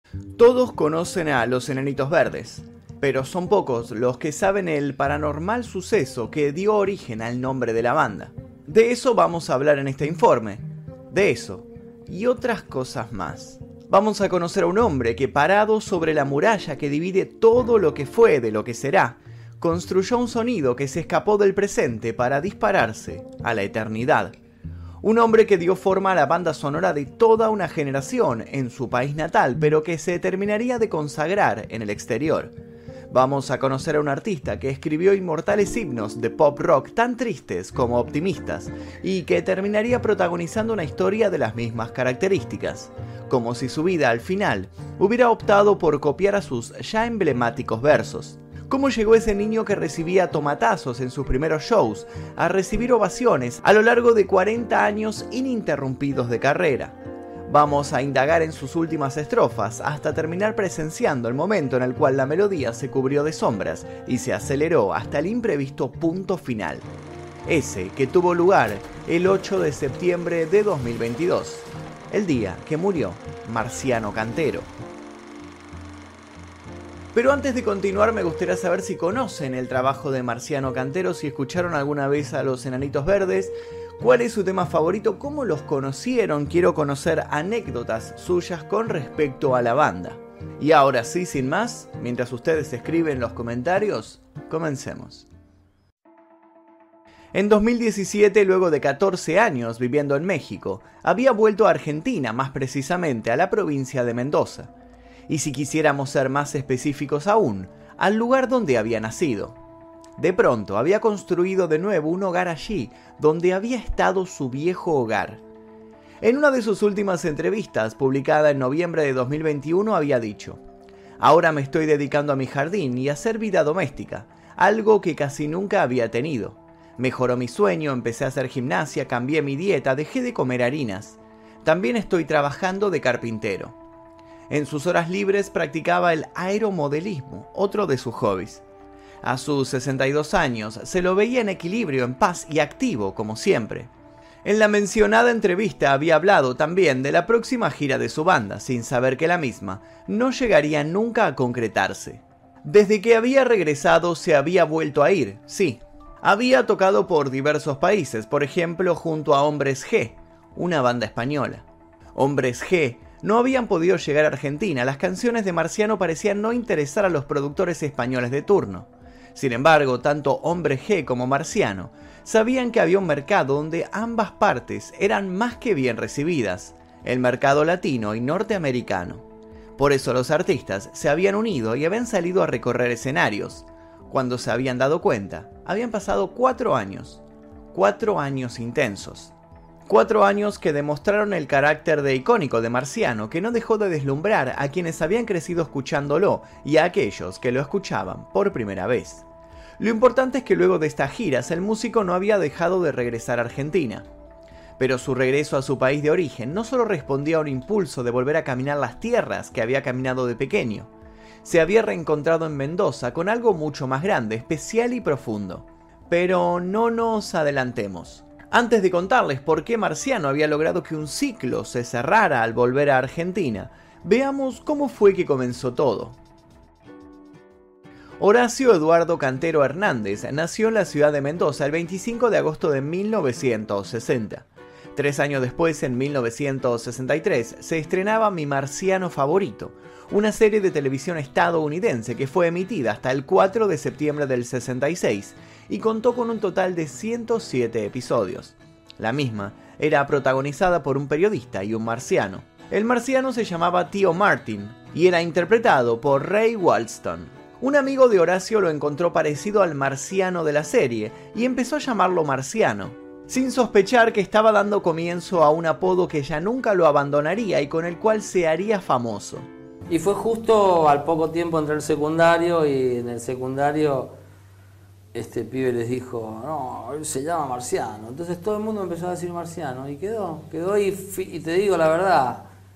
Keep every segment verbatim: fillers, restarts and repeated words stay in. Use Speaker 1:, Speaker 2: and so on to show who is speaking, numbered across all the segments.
Speaker 1: Todos conocen a los Enanitos Verdes, pero son pocos los que saben el paranormal suceso que dio origen al nombre de la banda. De eso vamos a hablar en este informe, de eso y otras cosas más. Vamos a conocer a un hombre que, parado sobre la muralla que divide todo lo que fue de lo que será, construyó un sonido que se escapó del presente para dispararse a la eternidad. Un hombre que dio forma a la banda sonora de toda una generación en su país natal, pero que se terminaría de consagrar en el exterior. Vamos a conocer a un artista que escribió inmortales himnos de pop rock tan tristes como optimistas, y que terminaría protagonizando una historia de las mismas características, como si su vida al final hubiera optado por copiar a sus ya emblemáticos versos. ¿Cómo llegó ese niño que recibía tomatazos en sus primeros shows a recibir ovaciones a lo largo de cuarenta años ininterrumpidos de carrera? Vamos a indagar en sus últimas estrofas hasta terminar presenciando el momento en el cual la melodía se cubrió de sombras y se aceleró hasta el imprevisto punto final. Ese que tuvo lugar el ocho de septiembre de dos mil veintidós, el día que murió Marciano Cantero. Pero antes de continuar me gustaría saber si conocen el trabajo de Marciano Cantero, si escucharon alguna vez a los Enanitos Verdes, cuál es su tema favorito, cómo los conocieron, quiero conocer anécdotas suyas con respecto a la banda. Y ahora sí, sin más, mientras ustedes escriben los comentarios, comencemos. En dos mil diecisiete, luego de catorce años viviendo en México, había vuelto a Argentina, más precisamente a la provincia de Mendoza. Y si quisiéramos ser más específicos aún, al lugar donde había nacido. De pronto había construido de nuevo un hogar allí, donde había estado su viejo hogar. En una de sus últimas entrevistas, publicada en noviembre de dos mil veintiuno, había dicho: "Ahora me estoy dedicando a mi jardín y a hacer vida doméstica, algo que casi nunca había tenido. Mejoró mi sueño, empecé a hacer gimnasia, cambié mi dieta, dejé de comer harinas. También estoy trabajando de carpintero". En sus horas libres practicaba el aeromodelismo, otro de sus hobbies. A sus sesenta y dos años se lo veía en equilibrio, en paz y activo, como siempre. En la mencionada entrevista había hablado también de la próxima gira de su banda, sin saber que la misma no llegaría nunca a concretarse. Desde que había regresado se había vuelto a ir, sí. Había tocado por diversos países, por ejemplo junto a Hombres G, una banda española. Hombres G no habían podido llegar a Argentina, las canciones de Marciano parecían no interesar a los productores españoles de turno. Sin embargo, tanto Hombres G como Marciano sabían que había un mercado donde ambas partes eran más que bien recibidas, el mercado latino y norteamericano. Por eso los artistas se habían unido y habían salido a recorrer escenarios. Cuando se habían dado cuenta, habían pasado cuatro años, cuatro años intensos. Cuatro años que demostraron el carácter de icónico de Marciano, que no dejó de deslumbrar a quienes habían crecido escuchándolo y a aquellos que lo escuchaban por primera vez. Lo importante es que luego de estas giras el músico no había dejado de regresar a Argentina. Pero su regreso a su país de origen no solo respondía a un impulso de volver a caminar las tierras que había caminado de pequeño. Se había reencontrado en Mendoza con algo mucho más grande, especial y profundo. Pero no nos adelantemos. Antes de contarles por qué Marciano había logrado que un ciclo se cerrara al volver a Argentina, veamos cómo fue que comenzó todo. Horacio Eduardo Cantero Hernández nació en la ciudad de Mendoza el veinticinco de agosto de mil novecientos sesenta. Tres años después, en mil novecientos sesenta y tres, se estrenaba Mi Marciano Favorito, una serie de televisión estadounidense que fue emitida hasta el cuatro de septiembre del sesenta y seis y contó con un total de ciento siete episodios. La misma era protagonizada por un periodista y un marciano. El marciano se llamaba Tío Martin y era interpretado por Ray Walston. Un amigo de Horacio lo encontró parecido al marciano de la serie y empezó a llamarlo Marciano, sin sospechar que estaba dando comienzo a un apodo que ya nunca lo abandonaría y con el cual se haría famoso.
Speaker 2: Y fue justo al poco tiempo entré al secundario y en el secundario este pibe les dijo, no, él se llama Marciano. Entonces todo el mundo empezó a decir Marciano y quedó, quedó y, y te digo la verdad,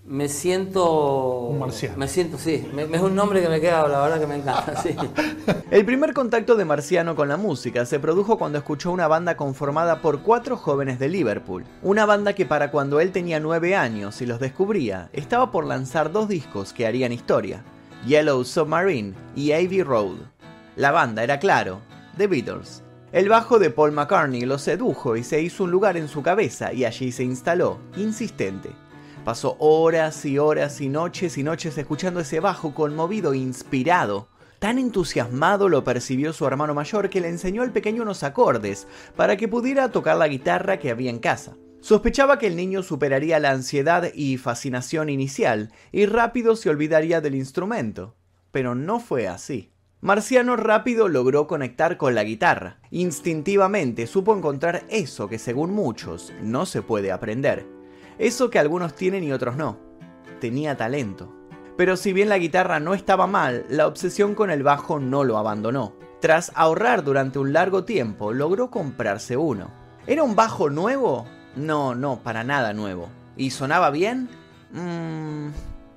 Speaker 2: Me siento...
Speaker 3: Un marciano.
Speaker 2: Me siento, sí. Me, es un nombre que me queda, la verdad que me encanta, sí.
Speaker 1: El primer contacto de Marciano con la música se produjo cuando escuchó una banda conformada por cuatro jóvenes de Liverpool. Una banda que para cuando él tenía nueve años y los descubría, estaba por lanzar dos discos que harían historia: Yellow Submarine y Abbey Road. La banda era, claro, The Beatles. El bajo de Paul McCartney lo sedujo y se hizo un lugar en su cabeza, y allí se instaló, insistente. Pasó horas y horas y noches y noches escuchando ese bajo conmovido e inspirado. Tan entusiasmado lo percibió su hermano mayor que le enseñó al pequeño unos acordes para que pudiera tocar la guitarra que había en casa. Sospechaba que el niño superaría la ansiedad y fascinación inicial y rápido se olvidaría del instrumento. Pero no fue así. Marciano rápido logró conectar con la guitarra. Instintivamente supo encontrar eso que, según muchos, no se puede aprender. Eso que algunos tienen y otros no. Tenía talento. Pero si bien la guitarra no estaba mal, la obsesión con el bajo no lo abandonó. Tras ahorrar durante un largo tiempo, logró comprarse uno. ¿Era un bajo nuevo? No, no, para nada nuevo. ¿Y sonaba bien? Mmm...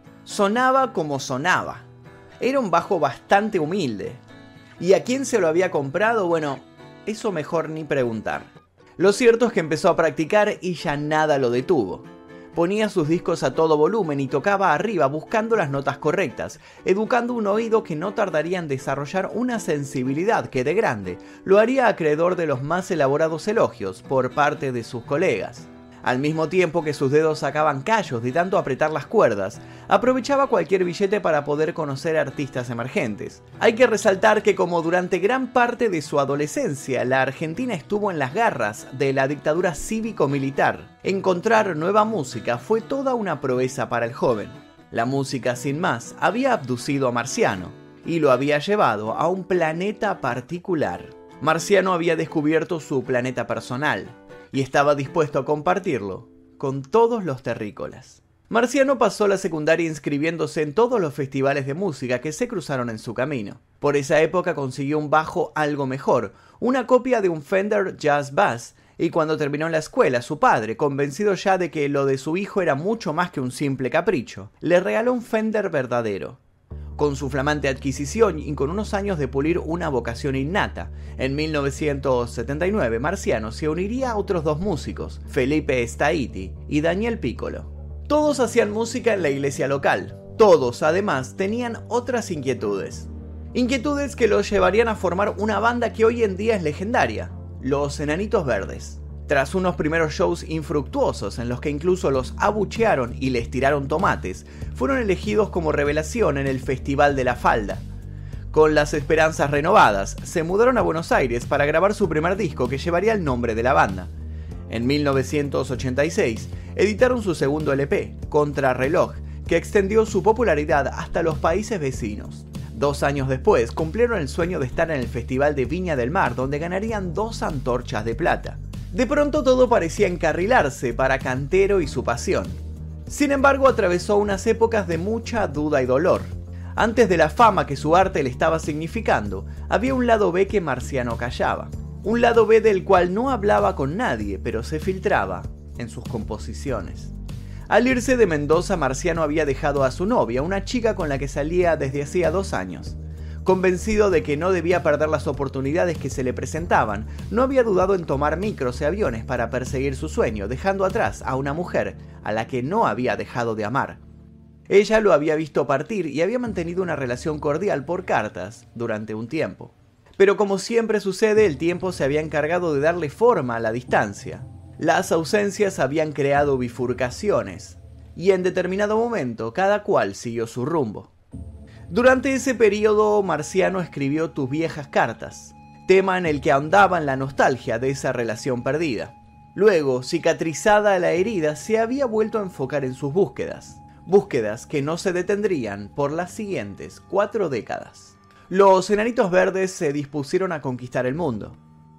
Speaker 1: Sonaba como sonaba. Era un bajo bastante humilde. ¿Y a quién se lo había comprado? Bueno, eso mejor ni preguntar. Lo cierto es que empezó a practicar y ya nada lo detuvo. Ponía sus discos a todo volumen y tocaba arriba buscando las notas correctas, educando un oído que no tardaría en desarrollar una sensibilidad que de grande lo haría acreedor de los más elaborados elogios por parte de sus colegas. Al mismo tiempo que sus dedos sacaban callos de tanto apretar las cuerdas, aprovechaba cualquier billete para poder conocer artistas emergentes. Hay que resaltar que, como durante gran parte de su adolescencia, la Argentina estuvo en las garras de la dictadura cívico-militar, encontrar nueva música fue toda una proeza para el joven. La música, sin más, había abducido a Marciano y lo había llevado a un planeta particular. Marciano había descubierto su planeta personal y estaba dispuesto a compartirlo con todos los terrícolas. Marciano pasó la secundaria inscribiéndose en todos los festivales de música que se cruzaron en su camino. Por esa época consiguió un bajo algo mejor, una copia de un Fender Jazz Bass, y cuando terminó la escuela, su padre, convencido ya de que lo de su hijo era mucho más que un simple capricho, le regaló un Fender verdadero. Con su flamante adquisición y con unos años de pulir una vocación innata, en mil novecientos setenta y nueve Marciano se uniría a otros dos músicos, Felipe Staiti y Daniel Piccolo. Todos hacían música en la iglesia local. Todos, además, tenían otras inquietudes. Inquietudes que los llevarían a formar una banda que hoy en día es legendaria, Los Enanitos Verdes. Tras unos primeros shows infructuosos en los que incluso los abuchearon y les tiraron tomates, fueron elegidos como revelación en el Festival de la Falda. Con las esperanzas renovadas, se mudaron a Buenos Aires para grabar su primer disco que llevaría el nombre de la banda. En mil novecientos ochenta y seis, editaron su segundo L P, Contrarreloj, que extendió su popularidad hasta los países vecinos. Dos años después, cumplieron el sueño de estar en el Festival de Viña del Mar, donde ganarían dos antorchas de plata. De pronto todo parecía encarrilarse para Cantero y su pasión. Sin embargo, atravesó unas épocas de mucha duda y dolor. Antes de la fama que su arte le estaba significando, había un lado B que Marciano callaba. Un lado B del cual no hablaba con nadie, pero se filtraba en sus composiciones. Al irse de Mendoza, Marciano había dejado a su novia, una chica con la que salía desde hacía dos años. Convencido de que no debía perder las oportunidades que se le presentaban, no había dudado en tomar micros y aviones para perseguir su sueño, dejando atrás a una mujer a la que no había dejado de amar. Ella lo había visto partir y había mantenido una relación cordial por cartas durante un tiempo. Pero como siempre sucede, el tiempo se había encargado de darle forma a la distancia. Las ausencias habían creado bifurcaciones, y en determinado momento cada cual siguió su rumbo. Durante ese periodo, Marciano escribió Tus viejas cartas, tema en el que ahondaba en la nostalgia de esa relación perdida. Luego, cicatrizada la herida, se había vuelto a enfocar en sus búsquedas, búsquedas que no se detendrían por las siguientes cuatro décadas. Los Enanitos Verdes se dispusieron a conquistar el mundo.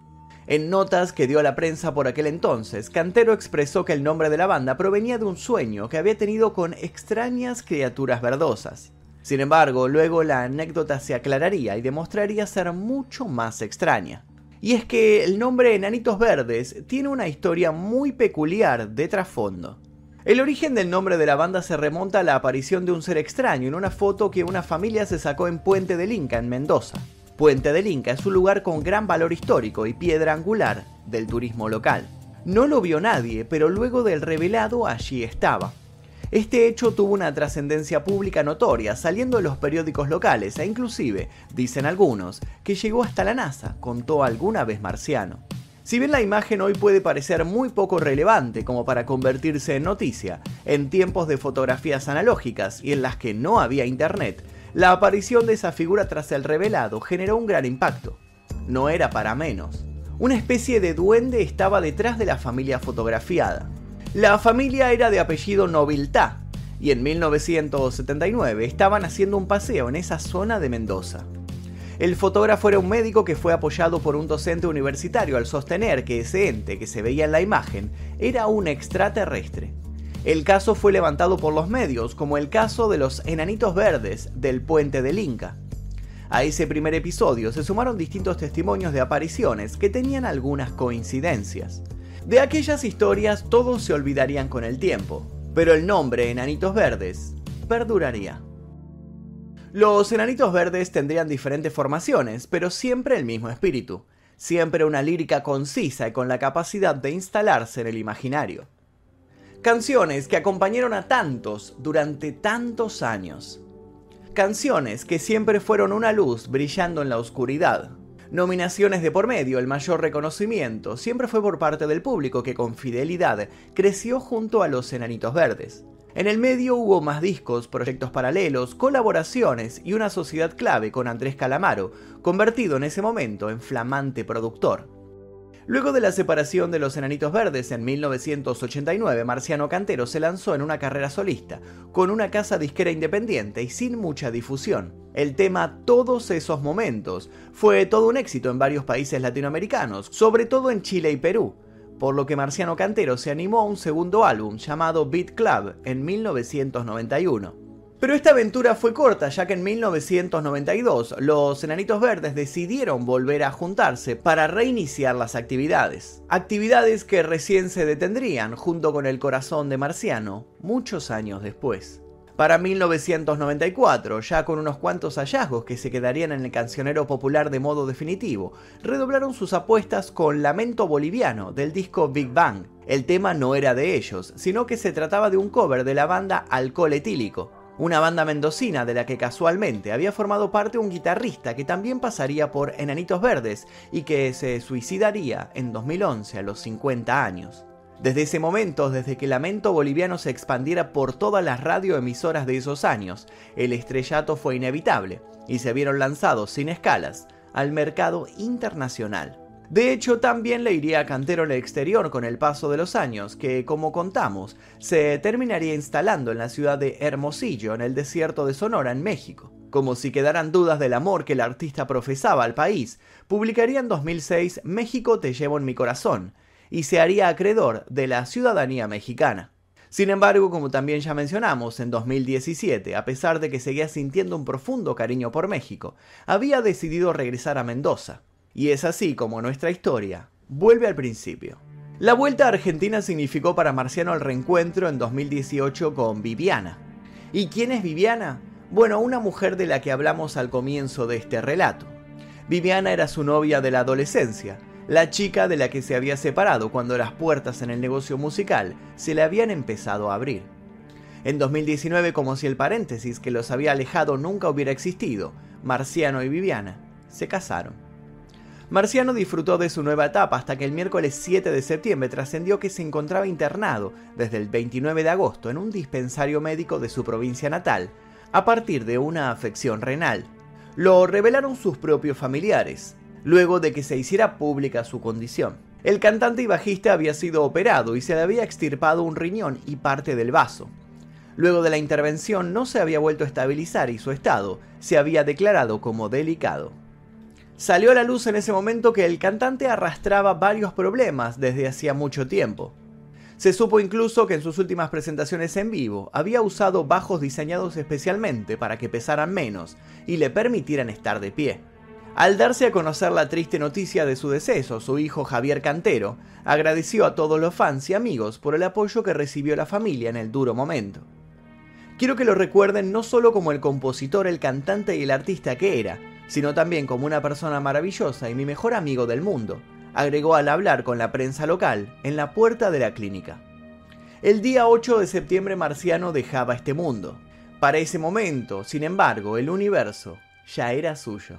Speaker 1: En notas que dio a la prensa por aquel entonces, Cantero expresó que el nombre de la banda provenía de un sueño que había tenido con extrañas criaturas verdosas. Sin embargo, luego la anécdota se aclararía y demostraría ser mucho más extraña. Y es que el nombre Enanitos Verdes tiene una historia muy peculiar de trasfondo. El origen del nombre de la banda se remonta a la aparición de un ser extraño en una foto que una familia se sacó en Puente del Inca, en Mendoza. Puente del Inca es un lugar con gran valor histórico y piedra angular del turismo local. No lo vio nadie, pero luego del revelado allí estaba. Este hecho tuvo una trascendencia pública notoria, saliendo en los periódicos locales e inclusive, dicen algunos, que llegó hasta la NASA, contó alguna vez Marciano. Si bien la imagen hoy puede parecer muy poco relevante como para convertirse en noticia, en tiempos de fotografías analógicas y en las que no había internet, la aparición de esa figura tras el revelado generó un gran impacto. No era para menos. Una especie de duende estaba detrás de la familia fotografiada. La familia era de apellido Noviltá y en mil novecientos setenta y nueve estaban haciendo un paseo en esa zona de Mendoza. El fotógrafo era un médico que fue apoyado por un docente universitario al sostener que ese ente que se veía en la imagen era un extraterrestre. El caso fue levantado por los medios como el caso de los enanitos verdes del Puente del Inca. A ese primer episodio se sumaron distintos testimonios de apariciones que tenían algunas coincidencias. De aquellas historias todos se olvidarían con el tiempo, pero el nombre Enanitos Verdes perduraría. Los Enanitos Verdes tendrían diferentes formaciones, pero siempre el mismo espíritu, siempre una lírica concisa y con la capacidad de instalarse en el imaginario. Canciones que acompañaron a tantos durante tantos años. Canciones que siempre fueron una luz brillando en la oscuridad. Nominaciones de por medio, el mayor reconocimiento siempre fue por parte del público que con fidelidad creció junto a los Enanitos Verdes. En el medio hubo más discos, proyectos paralelos, colaboraciones y una sociedad clave con Andrés Calamaro, convertido en ese momento en flamante productor. Luego de la separación de los Enanitos Verdes en mil novecientos ochenta y nueve, Marciano Cantero se lanzó en una carrera solista, con una casa disquera independiente y sin mucha difusión. El tema Todos esos momentos fue todo un éxito en varios países latinoamericanos, sobre todo en Chile y Perú, por lo que Marciano Cantero se animó a un segundo álbum llamado Beat Club en mil novecientos noventa y uno. Pero esta aventura fue corta, ya que en mil novecientos noventa y dos los Enanitos Verdes decidieron volver a juntarse para reiniciar las actividades. Actividades que recién se detendrían junto con el corazón de Marciano muchos años después. Para mil novecientos noventa y cuatro, ya con unos cuantos hallazgos que se quedarían en el cancionero popular de modo definitivo, redoblaron sus apuestas con Lamento Boliviano del disco Big Bang. El tema no era de ellos, sino que se trataba de un cover de la banda Alcohol Etílico, una banda mendocina de la que casualmente había formado parte un guitarrista que también pasaría por Enanitos Verdes y que se suicidaría en dos mil once a los cincuenta años. Desde ese momento, desde que Lamento Boliviano se expandiera por todas las radioemisoras de esos años, el estrellato fue inevitable y se vieron lanzados sin escalas al mercado internacional. De hecho, también le iría a Cantero en el exterior con el paso de los años, que, como contamos, se terminaría instalando en la ciudad de Hermosillo, en el desierto de Sonora, en México. Como si quedaran dudas del amor que el artista profesaba al país, publicaría en dos mil seis México te llevo en mi corazón, y se haría acreedor de la ciudadanía mexicana. Sin embargo, como también ya mencionamos, en dos mil diecisiete, a pesar de que seguía sintiendo un profundo cariño por México, había decidido regresar a Mendoza. Y es así como nuestra historia vuelve al principio. La vuelta a Argentina significó para Marciano el reencuentro en dos mil dieciocho con Viviana. ¿Y quién es Viviana? Bueno, una mujer de la que hablamos al comienzo de este relato. Viviana era su novia de la adolescencia, la chica de la que se había separado cuando las puertas en el negocio musical se le habían empezado a abrir. En dos mil diecinueve, como si el paréntesis que los había alejado nunca hubiera existido, Marciano y Viviana se casaron. Marciano disfrutó de su nueva etapa hasta que el miércoles siete de septiembre trascendió que se encontraba internado desde el veintinueve de agosto en un dispensario médico de su provincia natal, a partir de una afección renal. Lo revelaron sus propios familiares, luego de que se hiciera pública su condición. El cantante y bajista había sido operado y se le había extirpado un riñón y parte del vaso. Luego de la intervención no se había vuelto a estabilizar y su estado se había declarado como delicado. Salió a la luz en ese momento que el cantante arrastraba varios problemas desde hacía mucho tiempo. Se supo incluso que en sus últimas presentaciones en vivo había usado bajos diseñados especialmente para que pesaran menos y le permitieran estar de pie. Al darse a conocer la triste noticia de su deceso, su hijo Javier Cantero agradeció a todos los fans y amigos por el apoyo que recibió la familia en el duro momento. Quiero que lo recuerden no solo como el compositor, el cantante y el artista que era, sino también como una persona maravillosa y mi mejor amigo del mundo, agregó al hablar con la prensa local en la puerta de la clínica. El día ocho de septiembre Marciano dejaba este mundo. Para ese momento, sin embargo, el universo ya era suyo.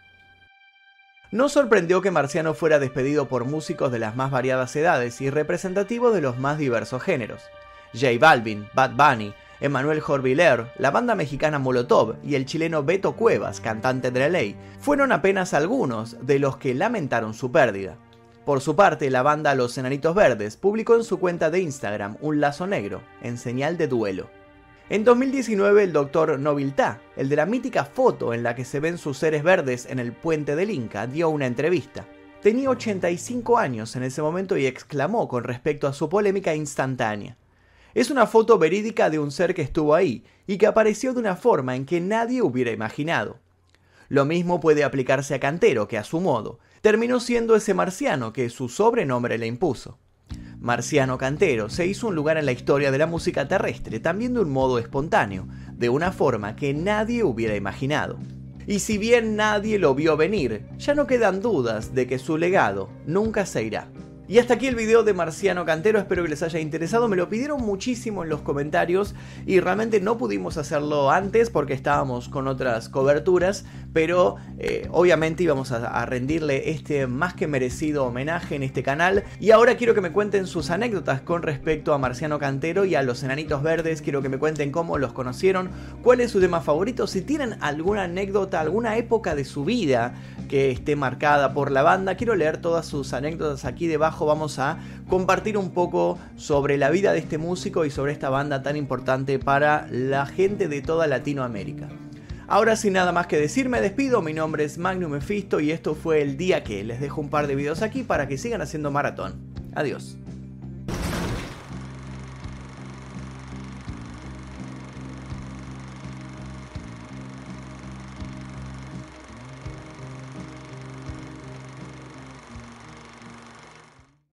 Speaker 1: No sorprendió que Marciano fuera despedido por músicos de las más variadas edades y representativos de los más diversos géneros. J Balvin, Bad Bunny, Emmanuel Jorviller, la banda mexicana Molotov y el chileno Beto Cuevas, cantante de La Ley, fueron apenas algunos de los que lamentaron su pérdida. Por su parte, la banda Los Enanitos Verdes publicó en su cuenta de Instagram un lazo negro, en señal de duelo. En dos mil diecinueve, el doctor Nobiltá, el de la mítica foto en la que se ven sus seres verdes en el puente del Inca, dio una entrevista. Tenía ochenta y cinco años en ese momento y exclamó con respecto a su polémica instantánea: "Es una foto verídica de un ser que estuvo ahí y que apareció de una forma en que nadie hubiera imaginado". Lo mismo puede aplicarse a Cantero, que a su modo terminó siendo ese marciano que su sobrenombre le impuso. Marciano Cantero se hizo un lugar en la historia de la música terrestre, también de un modo espontáneo, de una forma que nadie hubiera imaginado. Y si bien nadie lo vio venir, ya no quedan dudas de que su legado nunca se irá. Y hasta aquí el video de Marciano Cantero, espero que les haya interesado, me lo pidieron muchísimo en los comentarios y realmente no pudimos hacerlo antes porque estábamos con otras coberturas, pero eh, obviamente íbamos a, a rendirle este más que merecido homenaje en este canal. Y ahora quiero que me cuenten sus anécdotas con respecto a Marciano Cantero y a Los Enanitos Verdes, quiero que me cuenten cómo los conocieron, cuál es su tema favorito, si tienen alguna anécdota, alguna época de su vida que esté marcada por la banda. Quiero leer todas sus anécdotas aquí debajo. Vamos a compartir un poco sobre la vida de este músico y sobre esta banda tan importante para la gente de toda Latinoamérica. Ahora sin nada más que decir, me despido. Mi nombre es Magnum Mephisto y esto fue El Día Que. Les dejo un par de videos aquí para que sigan haciendo maratón. Adiós.